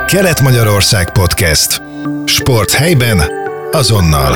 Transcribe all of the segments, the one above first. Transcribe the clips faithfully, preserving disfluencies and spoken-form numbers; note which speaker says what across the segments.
Speaker 1: Kelet-Magyarország Podcast. Sport helyben, azonnal.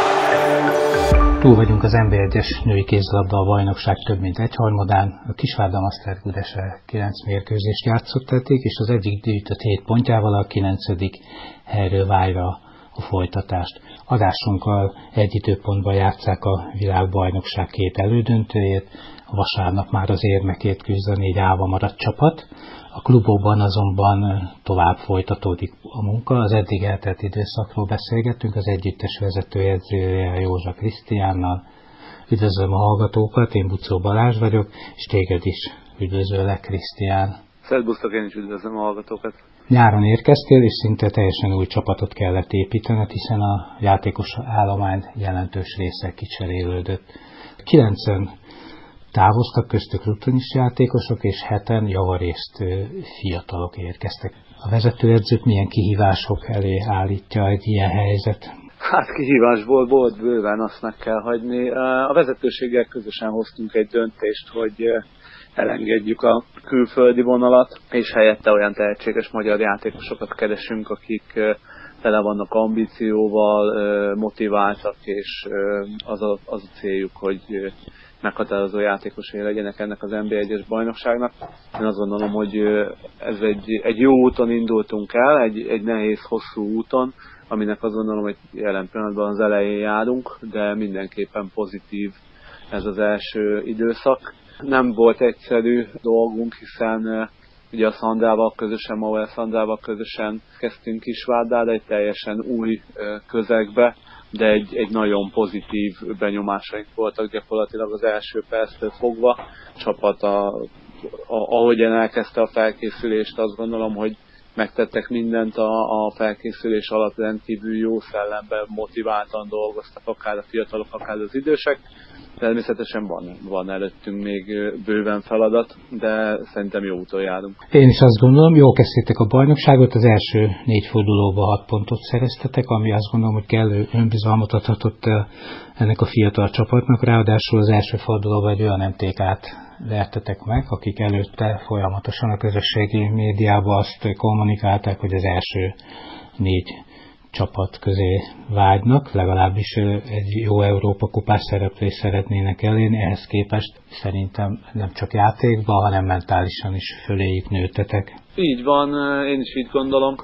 Speaker 2: Túl vagyunk az en bé egyes női kézilabda bajnokság több mint egyharmadán. A Kisvárda Mastergudese kilenc mérkőzést játszottatték, és az egyik gyűjtött hét pontjával a kilencedik helyről várja a folytatást. Adásunkkal egy időpontban játsszák a világbajnokság két elődöntőjét, a vasárnap már az érmekért küzd a négy állva maradt csapat. A klubokban azonban tovább folytatódik a munka. Az eddig eltelt időszakról beszélgettünk az együttes vezetőedzője Józsa Krisztiánnal. Üdvözlöm a hallgatókat, én Buczó Balázs vagyok, és téged is üdvözöllek, Krisztián.
Speaker 3: Szerbusztok, én is üdvözlöm a hallgatókat.
Speaker 2: Nyáron érkeztél, és szinte teljesen új csapatot kellett építened, hiszen a játékos állomány jelentős része kicserélődött. Kilencen távoztak, köztük rutinis játékosok, és heten javarészt fiatalok érkeztek. A vezetőedzőt milyen kihívások elé állítja egy ilyen helyzet?
Speaker 3: Hát kihívásból volt bőven, azt meg kell hagyni. A vezetőséggel közösen hoztunk egy döntést, hogy elengedjük a külföldi vonalat, és helyette olyan tehetséges magyar játékosokat keresünk, akik tele vannak ambícióval, motiváltak, és az a, az a céljuk, hogy meghatározó játékosai legyenek ennek az en bé egyes bajnokságnak. Én azt gondolom, hogy ez egy, egy jó úton indultunk el, egy, egy nehéz, hosszú úton, aminek azt gondolom, hogy jelen pillanatban az elején járunk, de mindenképpen pozitív ez az első időszak. Nem volt egyszerű dolgunk, hiszen ugye a Szandrával közösen, Mauer Szandrával közösen kezdtünk Kisvárdára, egy teljesen új közegbe, de egy, egy nagyon pozitív benyomásaink voltak gyakorlatilag az első perctől fogva. A csapat, a, a, ahogyan elkezdte a felkészülést, azt gondolom, hogy megtettek mindent a, a felkészülés alatt, rendkívül jó szellemben, motiváltan dolgoztak, akár a fiatalok, akár az idősek. Természetesen van, van előttünk még bőven feladat, de szerintem jó úton járunk.
Speaker 2: Én is azt gondolom, jól kezdtétek a bajnokságot, az első négy fordulóban hat pontot szereztetek, ami azt gondolom, hogy kellő önbizalmat adhatott ennek a fiatal csapatnak, ráadásul az első fordulóban egy olyan em té ká-t vertetek meg, akik előtte folyamatosan a közösségi médiában azt kommunikálták, hogy az első négy csapat közé vágynak, legalábbis egy jó Európa kupás szereplést szeretnének elérni, ehhez képest szerintem nem csak játékban, hanem mentálisan is föléjük nőttetek.
Speaker 3: Így van, én is így gondolom.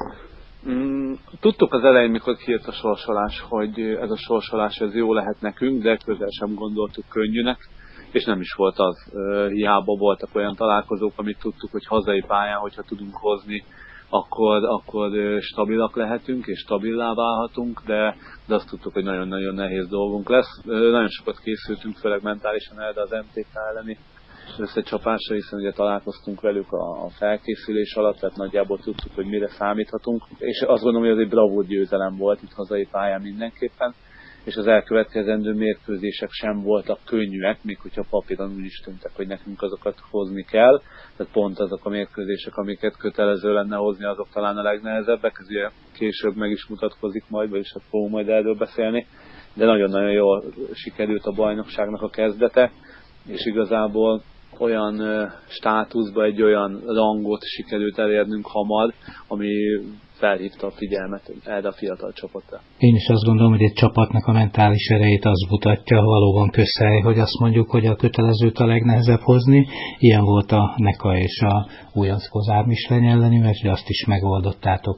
Speaker 3: Tudtuk az elején, mikor kijött a sorsolás, hogy ez a sorsolás ez jó lehet nekünk, de közel sem gondoltuk könnyűnek, és nem is volt az. Hiába voltak olyan találkozók, amit tudtuk, hogy hazai pályán, hogyha tudunk hozni, Akkor, akkor stabilak lehetünk és stabilá válhatunk, de, de azt tudtuk, hogy nagyon-nagyon nehéz dolgunk lesz. Nagyon sokat készültünk, főleg mentálisan erre az em té ká elleni összecsapásra, hiszen ugye találkoztunk velük a, a felkészülés alatt, tehát nagyjából tudtuk, hogy mire számíthatunk. És azt gondolom, hogy ez egy bravúr győzelem volt itt hazai pályán mindenképpen, és az elkövetkezendő mérkőzések sem voltak könnyűek, még hogyha papíron úgy is tűntek, hogy nekünk azokat hozni kell. Tehát pont azok a mérkőzések, amiket kötelező lenne hozni, azok talán a legnehezebbek, ez ugye később meg is mutatkozik majd, vagyis hát fogunk majd erről beszélni, de nagyon-nagyon jól sikerült a bajnokságnak a kezdete, és igazából olyan státuszba, egy olyan rangot sikerült elérnünk hamar, ami felhívta a figyelmet erre a fiatal csapatra.
Speaker 2: Én is azt gondolom, hogy egy csapatnak a mentális erejét az mutatja, valóban közhely, hogy azt mondjuk, hogy a kötelezőt a legnehezebb hozni. Ilyen volt a Neka és a Újonc Kozár Misleny elleni, mert azt is megoldottátok.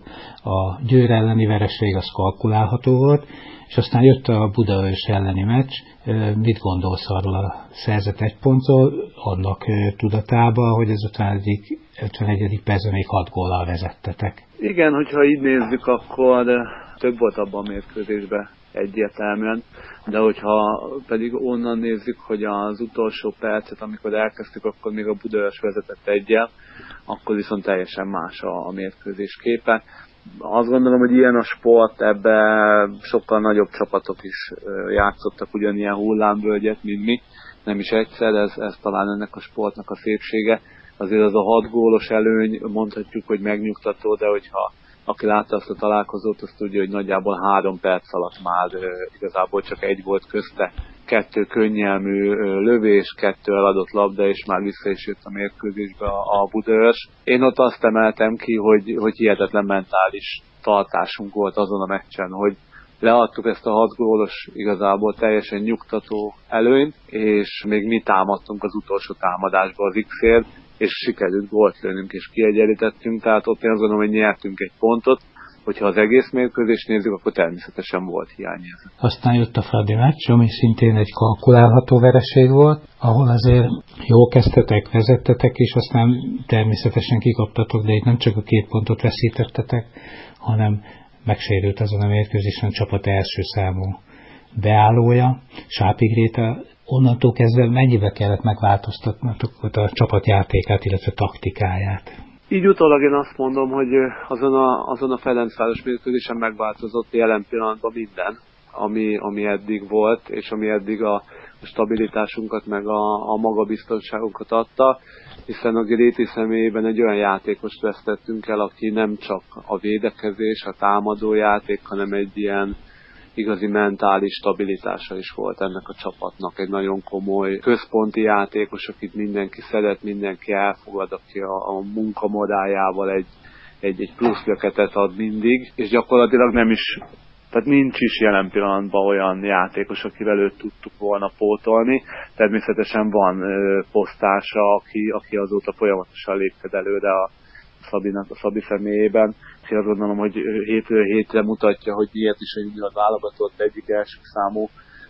Speaker 2: A Győr elleni vereség az kalkulálható volt, és aztán jött a Budaörs elleni meccs. Mit gondolsz arról a szerzett egy pontról, annak tudatában, hogy az ötvenegyedik percben még hat góllal vezettetek?
Speaker 3: Igen, hogyha így nézzük, akkor több volt abban a mérkőzésben egyértelműen, de hogyha pedig onnan nézzük, hogy az utolsó percet, amikor elkezdtük, akkor még a Budaörs vezetett egyel, akkor viszont teljesen más a, a mérkőzés képe. Azt gondolom, hogy ilyen a sport, ebben sokkal nagyobb csapatok is játszottak ugyanilyen hullámvölgyet, mint mi. Nem is egyszer, ez, ez talán ennek a sportnak a szépsége. Azért az a hat gólos előny, mondhatjuk, hogy megnyugtató, de hogyha aki látta azt a találkozót, azt tudja, hogy nagyjából három perc alatt már igazából csak egy volt közte kettő könnyelmű lövés, kettő eladott labda, és már vissza is jött a mérkőzésbe a Budaörs. Én ott azt emeltem ki, hogy, hogy hihetetlen mentális tartásunk volt azon a meccsen, hogy leadtuk ezt a hat gólos, igazából teljesen nyugtató előnyt, és még mi támadtunk az utolsó támadásba az X-ért, és sikerült gólt lőnünk, és kiegyenlítettünk, tehát ott én azt gondolom, hogy nyertünk egy pontot. Hogyha az egész mérkőzést nézzük, akkor természetesen volt hiányérzet.
Speaker 2: Aztán jött a Fradi meccs, ami szintén egy kalkulálható vereség volt, ahol azért jól kezdtetek, vezettetek, és aztán természetesen kikaptatok, de itt nem csak a két pontot veszítettetek, hanem megsérült azon a mérkőzésen a csapat első számú beállója, Sápi Gréta. Onnantól kezdve mennyibe kellett megváltoztatnatok a csapatjátékát, illetve taktikáját?
Speaker 3: Így utólag én azt mondom, hogy azon a, azon a Ferencváros mérkőzésen megváltozott jelen pillanatban minden, ami, ami eddig volt, és ami eddig a, a stabilitásunkat, meg a, a magabiztonságunkat adta, hiszen a Gréti személyében egy olyan játékost vesztettünk el, aki nem csak a védekezés, a támadó játék, hanem egy ilyen igazi mentális stabilitása is volt ennek a csapatnak. Egy nagyon komoly központi játékos, akit mindenki szeret, mindenki elfogad, aki a, a munkamodájával egy, egy, egy plusz löketet ad mindig, és gyakorlatilag nem is, tehát nincs is jelen pillanatban olyan játékos, akivel őt tudtuk volna pótolni. Természetesen van ö, posztársa, aki, aki azóta folyamatosan lépted előre a Szabinak, a Szabi személyében. Én azt gondolom, hogy hétről hétre mutatja, hogy miért is a junior válogatott egyik első számú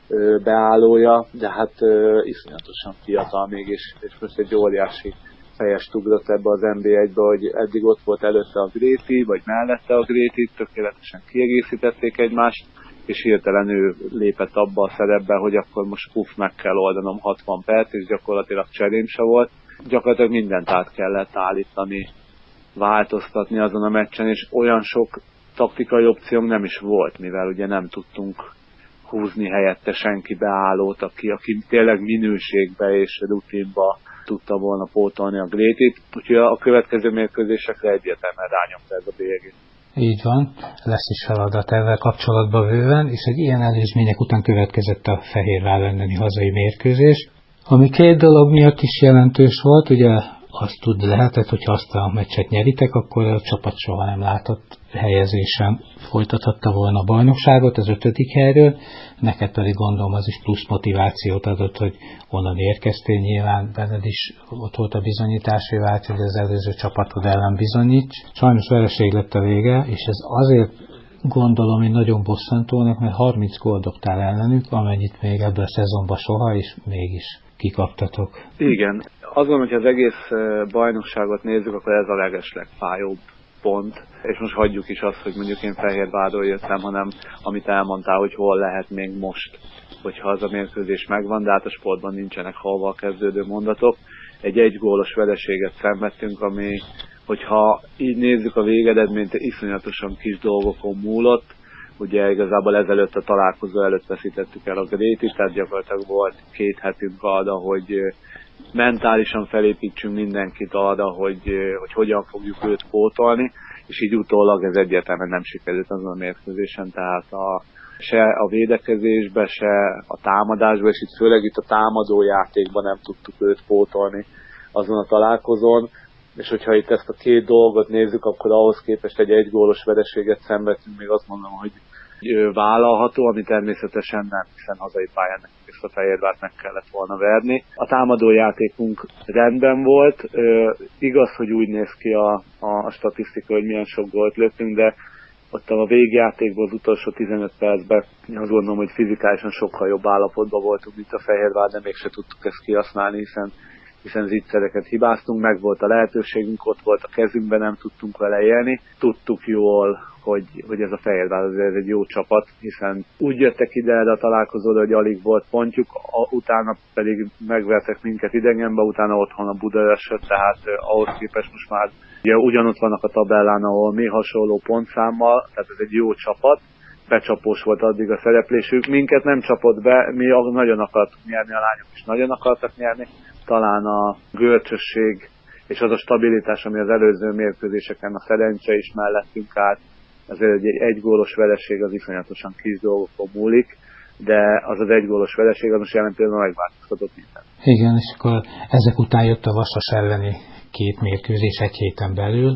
Speaker 3: beállója, de hát iszonyatosan fiatal még, és, és most egy óriási fejest ugrott ebbe az en bé egybe, hogy eddig ott volt előtte a Gréti, vagy mellette a Gréti, tökéletesen kiegészítették egymást, és hirtelen ő lépett abba a szerepbe, hogy akkor most puff, meg kell oldanom hatvan perc, és gyakorlatilag cserém se volt. Gyakorlatilag mindent át kellett állítani, változtatni azon a meccsen, és olyan sok taktikai opciónk nem is volt, mivel ugye nem tudtunk húzni helyette senki beállót, aki, aki tényleg minőségbe és rutinba tudta volna pótolni a Grétit, úgyhogy a következő mérkőzésekre egyértelműen rányomta ez a bélyegét.
Speaker 2: Így van, lesz is feladat ezzel kapcsolatban bőven, és egy ilyen előzmények után következett a Fehérvár elleni hazai mérkőzés, ami két dolog miatt is jelentős volt, ugye azt tud lehetett, hogyha azt a meccset nyeritek, akkor a csapat soha nem látott helyezésen folytathatta volna a bajnokságot az ötödik helyről, neked pedig gondolom az is plusz motivációt adott, hogy onnan érkeztél, nyilván benned is ott volt a bizonyítás, vált, hogy az előző csapatod ellen bizonyíts. Sajnos vereség lett a vége, és ez azért gondolom én nagyon bosszantónak, mert harminc gólt dobtál ellenük, amennyit még ebből a szezonban soha, és mégis kikaptatok.
Speaker 3: Igen. Azt gondolom, hogy az egész bajnokságot nézzük, akkor ez a legeslegfájóbb pont, és most hagyjuk is azt, hogy mondjuk én Fehérvárról jöttem, hanem amit elmondtál, hogy hol lehet még most, hogyha az a mérkőzés megvan, de hát a sportban nincsenek halval kezdődő mondatok. Egy egygólos vereséget szenvedtünk, ami, hogyha így nézzük a végeredményt, iszonyatosan kis dolgokon múlott. Ugye igazából ezelőtt a találkozó előtt veszítettük el a Grétit, tehát gyakorlatilag volt két hetünk arra, hogy mentálisan felépítsünk mindenkit arra, hogy, hogy hogyan fogjuk őt pótolni, és így utólag ez egyértelműen nem sikerült azon a mérkőzésen, tehát a, se a védekezésbe, se a támadásba, és itt főleg itt a támadó játékban nem tudtuk őt pótolni azon a találkozón, és hogyha itt ezt a két dolgot nézzük, akkor ahhoz képest egy egygólos vereséget szenvedtünk, még azt mondom, hogy vállalható, ami természetesen nem, hiszen hazai pályán nekünk ezt a Fehérvárt meg kellett volna verni. A támadó játékunk rendben volt, e, igaz, hogy úgy néz ki a, a statisztika, hogy milyen sok gólt lőttünk, de ott a végjátékban az utolsó tizenöt percben azt gondolom, hogy fizikálisan sokkal jobb állapotban voltunk, mint a Fehérvár, de mégse tudtuk ezt kihasználni, hiszen hiszen zicsereket hibáztunk, meg volt a lehetőségünk, ott volt a kezünkben, nem tudtunk vele élni. Tudtuk jól, hogy, hogy ez a Fehérvár ez egy jó csapat, hiszen úgy jöttek ide erre a találkozóra, hogy alig volt pontjuk, utána pedig megvertek minket idegenbe, utána otthon a Budaörsöt, tehát ahhoz képest most már ugye ugyanott vannak a tabellán, ahol mi hasonló pontszámmal, tehát ez egy jó csapat. Becsapós volt addig a szereplésük. Minket nem csapott be, mi nagyon akartuk nyerni, a lányok is nagyon akartak nyerni. Talán a görcsösség és az a stabilitás, ami az előző mérkőzéseken, a szerencse is mellettünk állt, ezért egy, egy gólos vereség az iszonyatosan kis dolgokon múlik, de az az egy gólos vereség, az most jelen pillanatban megváltoztatott minden.
Speaker 2: Igen, és akkor ezek után jött a Vasas elleni két mérkőzés egy héten belül.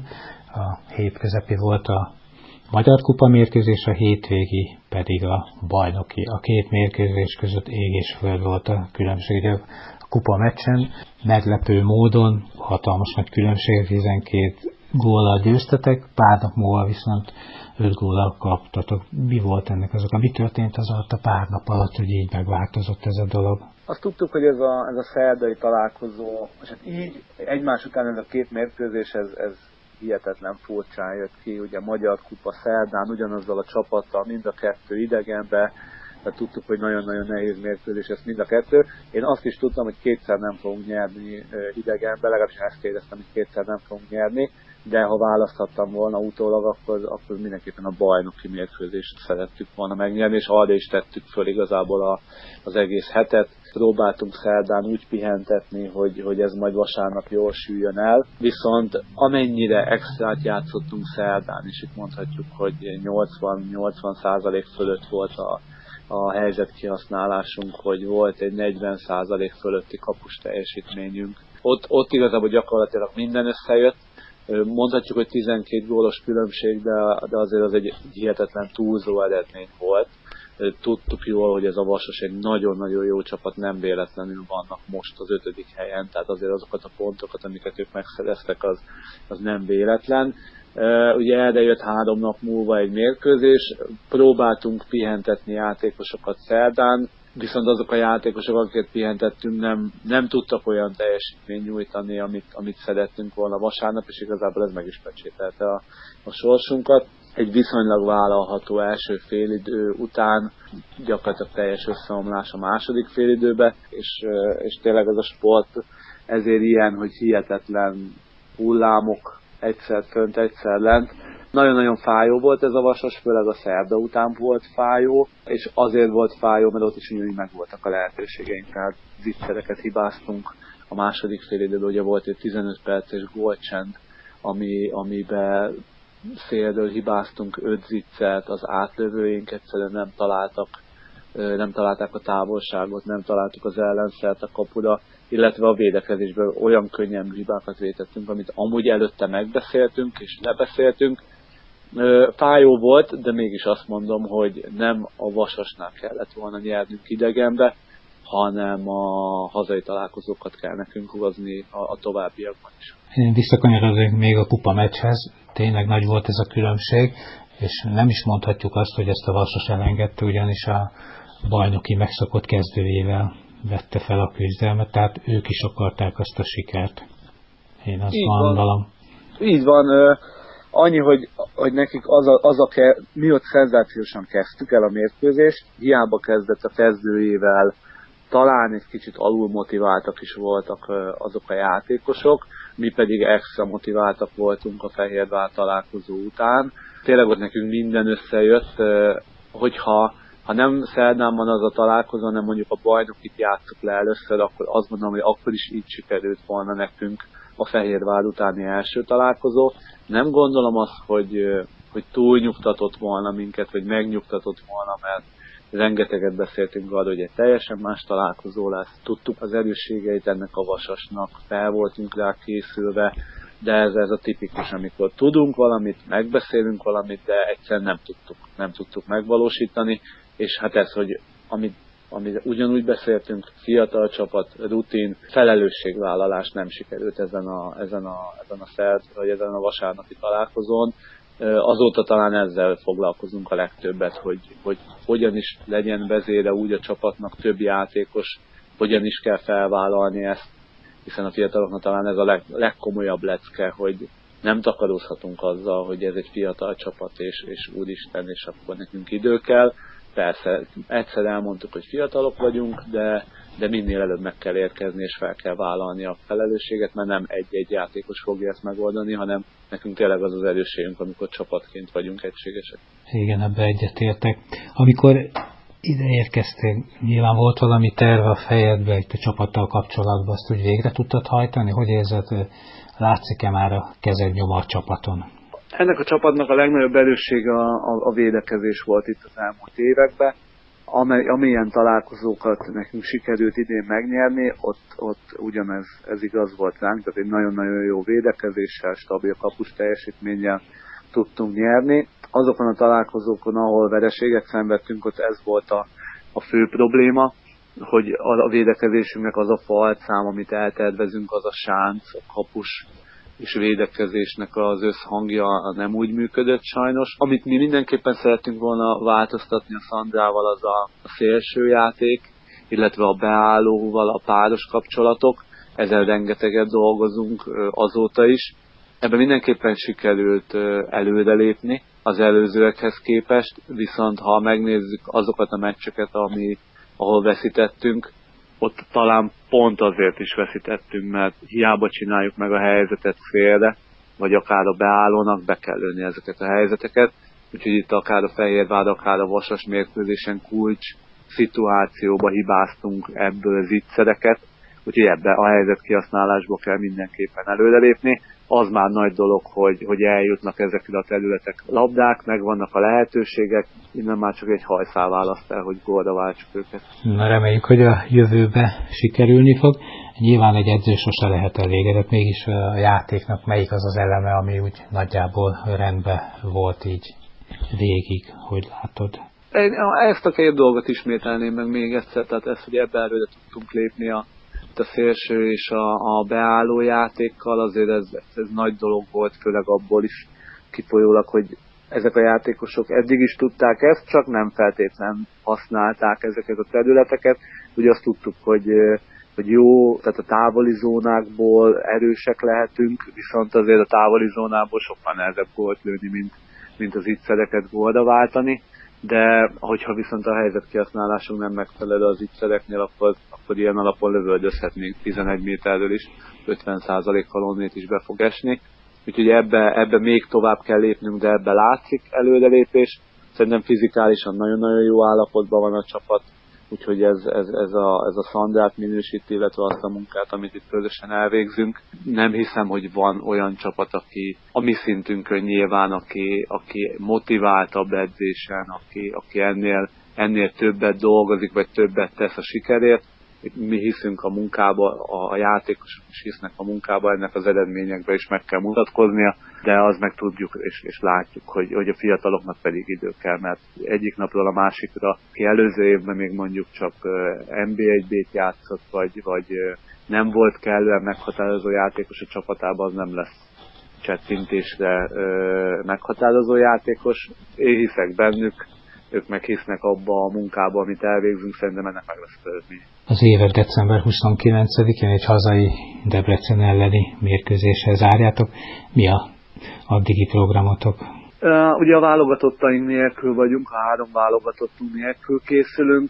Speaker 2: A hét közepi volt a Magyar Kupa mérkőzés, a hétvégi pedig a bajnoki. A két mérkőzés között ég és föld volt a különbség. A kupa meccsen meglepő módon hatalmas nagy különbség, tizenkét góllal győztetek, pár nap múlva viszont öt góllal kaptatok. Mi volt ennek az oka? Mi történt az alatt a pár nap alatt, hogy így megváltozott ez a dolog?
Speaker 3: Azt tudtuk, hogy ez a, ez a szerdai találkozó, és hát így egymás után ez a két mérkőzés, ez, ez hihetetlen furcsán jött ki. Ugye Magyar Kupa szerdán ugyanazzal a csapattal, mind a kettő idegenbe, tehát tudtuk, hogy nagyon-nagyon nehéz mérkőzés ez mind a kettő. Én azt is tudtam, hogy kétszer nem fogunk nyerni idegenbe, legalábbis ezt éreztem, hogy kétszer nem fogunk nyerni, de ha választhattam volna utólag, akkor, akkor mindenképpen a bajnoki mérkőzést szerettük volna megnyerni, és arra is tettük föl igazából a, az egész hetet. Próbáltunk szerdán úgy pihentetni, hogy, hogy ez majd vasárnap jól süljön el, viszont amennyire extrát játszottunk szerdán, és itt mondhatjuk, hogy nyolcvan-nyolcvan százalék fölött volt a a helyzet kihasználásunk, hogy volt egy negyven százalék fölötti kapus teljesítményünk. Ott, ott igazából gyakorlatilag minden összejött. Mondhatjuk, hogy tizenkét gólos különbség, de, de azért az egy hihetetlen túlzó eredmény volt. Tudtuk jól, hogy ez a Vasas egy nagyon-nagyon jó csapat, nem véletlenül vannak most az ötödik helyen, tehát azért azokat a pontokat, amiket ők megszereztek, az, az nem véletlen. Uh, ugye erre jött három nap múlva egy mérkőzés, próbáltunk pihentetni játékosokat szerdán, viszont azok a játékosok, akiket pihentettünk, nem, nem tudtak olyan teljesítményt nyújtani, amit, amit szerettünk volna vasárnap, és igazából ez meg is pecsételte a, a sorsunkat. Egy viszonylag vállalható első félidő után gyakorlatilag teljes összeomlás a második félidőbe, és, és tényleg ez a sport ezért ilyen, hogy hihetetlen hullámok, egyszer fönt, egyszer lent. Nagyon-nagyon fájó volt ez a Vasas, főleg a szerda után volt fájó, és azért volt fájó, mert ott is ugyanúgy megvoltak a lehetőségeink, tehát zicsereket hibáztunk. A második félidőben ugye volt egy tizenöt perces gólcsend, ami, amiben félről hibáztunk öt zicsert, az átlövőink egyszerűen nem találtak, nem találták a távolságot, nem találtuk az ellenszert a kapuda, illetve a védekezésben olyan könnyen hibákat vétettünk, amit amúgy előtte megbeszéltünk és lebeszéltünk. Fájó volt, de mégis azt mondom, hogy nem a Vasasnál kellett volna nyernünk idegenbe, hanem a hazai találkozókat kell nekünk hozni a, a továbbiakban is.
Speaker 2: Én visszakanyarodnék még a kupa meccshez, tényleg nagy volt ez a különbség, és nem is mondhatjuk azt, hogy ezt a Vasas elengedte, ugyanis a bajnoki megszokott kezdőjével vette fel a küzdelmet, tehát ők is akarták azt a sikert. Én azt így gondolom.
Speaker 3: Van. Így van. Annyi, hogy, hogy nekik az a, az a ke, mi ott szenzációsan kezdtük el a mérkőzést, hiába kezdett a kezdőjével, talán egy kicsit alul motiváltak is voltak azok a játékosok, mi pedig extra motiváltak voltunk a Fehérvár találkozó után. Tényleg ott nekünk minden összejött, hogyha ha nem szerdán van az a találkozó, hanem mondjuk a bajnokit játsszuk le először, akkor azt mondom, hogy akkor is így sikerült volna nekünk a Fehérvár utáni első találkozó. Nem gondolom azt, hogy, hogy túlnyugtatott volna minket, vagy megnyugtatott volna, mert rengeteget beszéltünk arra, hogy egy teljesen más találkozó lesz. Tudtuk az erősségeit ennek a Vasasnak, fel voltunk rá készülve, de ez, ez a tipikus, amikor tudunk valamit, megbeszélünk valamit, de egyszerűen nem tudtuk, nem tudtuk megvalósítani, és hát ez, hogy amit, amit ugyanúgy beszéltünk, fiatal csapat, rutin, felelősségvállalás nem sikerült ezen a, ezen a, ezen a szert, vagy ezen a vasárnapi találkozón. Azóta talán ezzel foglalkozunk a legtöbbet, hogy, hogy hogyan is legyen vezére úgy a csapatnak több játékos, hogyan is kell felvállalni ezt, hiszen a fiataloknak talán ez a leg, legkomolyabb lecke, hogy nem takarózhatunk azzal, hogy ez egy fiatal csapat, és, és úristen, és akkor nekünk idő kell. Persze, egyszer elmondtuk, hogy fiatalok vagyunk, de, de minél előbb meg kell érkezni, és fel kell vállalni a felelősséget, mert nem egy-egy játékos fogja ezt megoldani, hanem nekünk tényleg az az erősségünk, amikor csapatként vagyunk egységesek.
Speaker 2: Igen, ebbe egyetértek. Amikor ide érkeztél, nyilván volt valami terve a fejedbe, itt a csapattal kapcsolatban, azt úgy végre tudtad hajtani? Hogy érzed, látszik-e már a kezed nyoma a csapaton?
Speaker 3: Ennek a csapatnak a legnagyobb erőssége a, a, a védekezés volt itt az elmúlt években. amely, amilyen találkozókat nekünk sikerült idén megnyerni, ott, ott ugyanez ez igaz volt ránk, tehát egy nagyon-nagyon jó védekezéssel, stabil kapus teljesítménnyel tudtunk nyerni. Azokon a találkozókon, ahol vereséget szenvedtünk, ott ez volt a, a fő probléma, hogy a, a védekezésünknek az a falcám, amit eltervezünk, az a sánc, a kapus és védekezésnek az összhangja nem úgy működött sajnos. Amit mi mindenképpen szerettünk volna változtatni a Szandrával, az a, a szélsőjáték, illetve a beállóval a páros kapcsolatok. Ezzel rengeteget dolgozunk azóta is. Ebben mindenképpen sikerült előrelépni az előzőekhez képest, viszont ha megnézzük azokat a meccseket, ami, ahol veszítettünk, ott talán pont azért is veszítettünk, mert hiába csináljuk meg a helyzetet félre, vagy akár a beállónak be kell lőni ezeket a helyzeteket. Úgyhogy itt akár a Fehérvár, akár a Vasas mérkőzésen kulcs szituációba hibáztunk ebből az ittszereket. Úgyhogy ebbe a helyzet kihasználásba kell mindenképpen előrelépni. Az már nagy dolog, hogy, hogy eljutnak ezekre a területek labdák, meg vannak a lehetőségek, innen már csak egy hajszál választ el, hogy gólra váltsuk őket.
Speaker 2: Na, reméljük, hogy a jövőbe sikerülni fog. Nyilván egy edző sose lehet elégedett, mégis a játéknak melyik az az eleme, ami úgy nagyjából rendben volt így végig, hogy látod?
Speaker 3: Ezt a két dolgot ismételném meg még egyszer, tehát ezt, hogy ebben előre tudtunk lépni a a szélső és a, a beálló játékkal, azért ez, ez nagy dolog volt, főleg abból is kifolyólag, hogy ezek a játékosok eddig is tudták ezt, csak nem feltétlenül használták ezeket a területeket. Ugye azt tudtuk, hogy, hogy jó, tehát a távoli zónákból erősek lehetünk, viszont azért a távoli zónából sokkal nehezebb gólt lőni, mint, mint az ittszereket gólra váltani. De hogyha viszont a helyzet kihasználásunk nem megfelelő az ittszereknél, akkor, akkor ilyen alapon lövöldözhetnénk tizenegy méterről is, ötven százalékkal onnét is be fog esni. Úgyhogy ebbe, ebbe még tovább kell lépnünk, de ebbe látszik előrelépés. Szerintem fizikálisan nagyon-nagyon jó állapotban van a csapat, úgyhogy ez, ez, ez, a, ez a Szandrát minősíti, illetve azt a munkát, amit itt közösen elvégzünk. Nem hiszem, hogy van olyan csapat, aki a mi szintünkön nyilván, aki, aki motiváltabb edzésen, aki, aki ennél, ennél többet dolgozik, vagy többet tesz a sikerért. Mi hiszünk a munkába, a játékosok is hisznek a munkába, ennek az eredményekbe is meg kell mutatkoznia, de az meg tudjuk és, és látjuk, hogy, hogy a fiataloknak pedig idő kell, mert egyik napról a másikra, ki előző évben még mondjuk csak en bé egy bé-t játszott, vagy, vagy nem volt kellően meghatározó játékos a csapatában, az nem lesz csettintésre meghatározó játékos. Én hiszek bennük, ők meg hisznek abba a munkába, amit elvégzünk, szerintem ennek meg lesz eredmény.
Speaker 2: Az évet december huszonkilencedikén egy hazai Debrecen elleni mérkőzéssel zárjátok. Mi a addigi programotok?
Speaker 3: Uh, ugye a válogatottaink nélkül vagyunk, a három válogatottunk nélkül készülünk.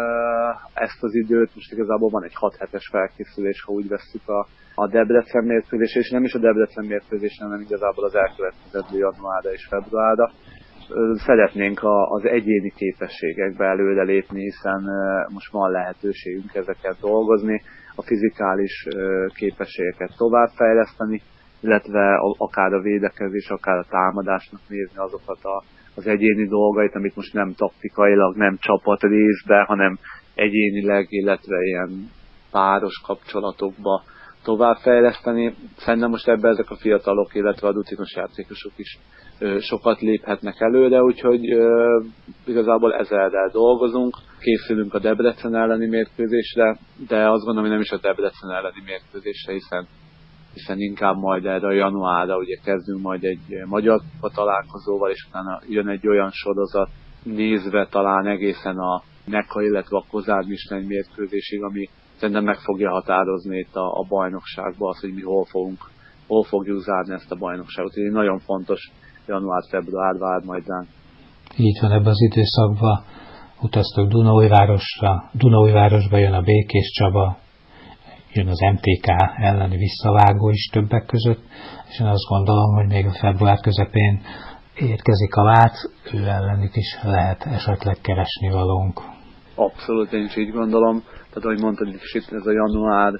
Speaker 3: Uh, ezt az időt most igazából van egy hat hetes felkészülés, ha úgy vesszük a, a Debrecen mérkőzés, és nem is a Debrecen mérkőzés, hanem igazából az elkövetkező januárra és februárra. Szeretnénk az egyéni képességekbe előrelépni, hiszen most van lehetőségünk ezeket dolgozni, a fizikális képességeket továbbfejleszteni, illetve akár a védekezés, akár a támadásnak nézni azokat az egyéni dolgait, amit most nem taktikailag, nem csapat részbe, hanem egyénileg, illetve ilyen páros kapcsolatokba továbbfejleszteni. Szerintem most ebben ezek a fiatalok, illetve a rutinos játékosok is sokat léphetnek előre, úgyhogy uh, igazából ezzel dolgozunk. Készülünk a Debrecen elleni mérkőzésre, de azt gondolom, hogy nem is a Debrecen elleni mérkőzésre, hiszen, hiszen inkább majd erre a januárra ugye kezdünk majd egy magyar találkozóval, és utána jön egy olyan sorozat nézve talán egészen a Neka, illetve a Kozár Michelin mérkőzésig, ami szerintem meg fogja határozni itt a, a bajnokságban az, hogy mi hol fogunk, hol fogjuk zárni ezt a bajnokságot. Ez nagyon fontos, január-február vár majd ránk.
Speaker 2: Így van, ebben az időszakban utaztok Dunaújvárosra, Dunaújvárosba jön a Békés Csaba, jön az em té ká elleni visszavágó is többek között, és én azt gondolom, hogy még a február közepén érkezik a Vác, ő ellenük is lehet esetleg keresni valónk.
Speaker 3: Abszolút, én is így gondolom. Tehát, ahogy mondtad, ez a január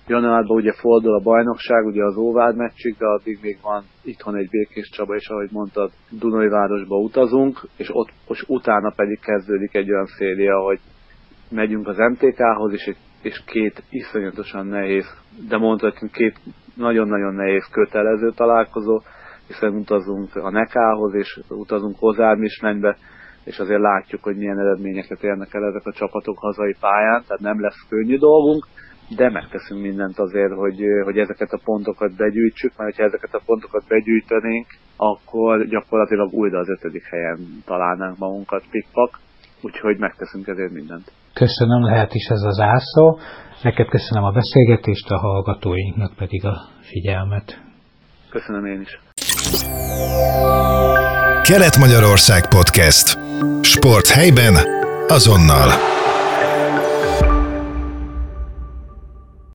Speaker 3: Januárban ugye fordul a bajnokság, ugye az Óvád meccsig, de addig még van itthon egy Békés Csaba, és ahogy mondtad, Dunajvárosba utazunk, és ott és utána pedig kezdődik egy olyan széria, hogy megyünk az em té ká-hoz, és, és két iszonyatosan nehéz, de mondhatjuk két nagyon-nagyon nehéz kötelező találkozó, hiszen utazunk a Nekához, és utazunk Kozármismenybe, és azért látjuk, hogy milyen eredményeket érnek el ezek a csapatok hazai pályán, tehát nem lesz könnyű dolgunk, de megteszünk mindent azért, hogy, hogy ezeket a pontokat begyűjtsük, mert ha ezeket a pontokat begyűjtenénk, akkor gyakorlatilag újra az ötödik helyen találnánk magunkat pikpak, úgyhogy megteszünk ezért mindent.
Speaker 2: Köszönöm, lehet is ez az ászó. Neked köszönöm a beszélgetést, a hallgatóinknak pedig a figyelmet.
Speaker 3: Köszönöm én is.
Speaker 1: Kelet-Magyarország Podcast. Sport helyben, azonnal.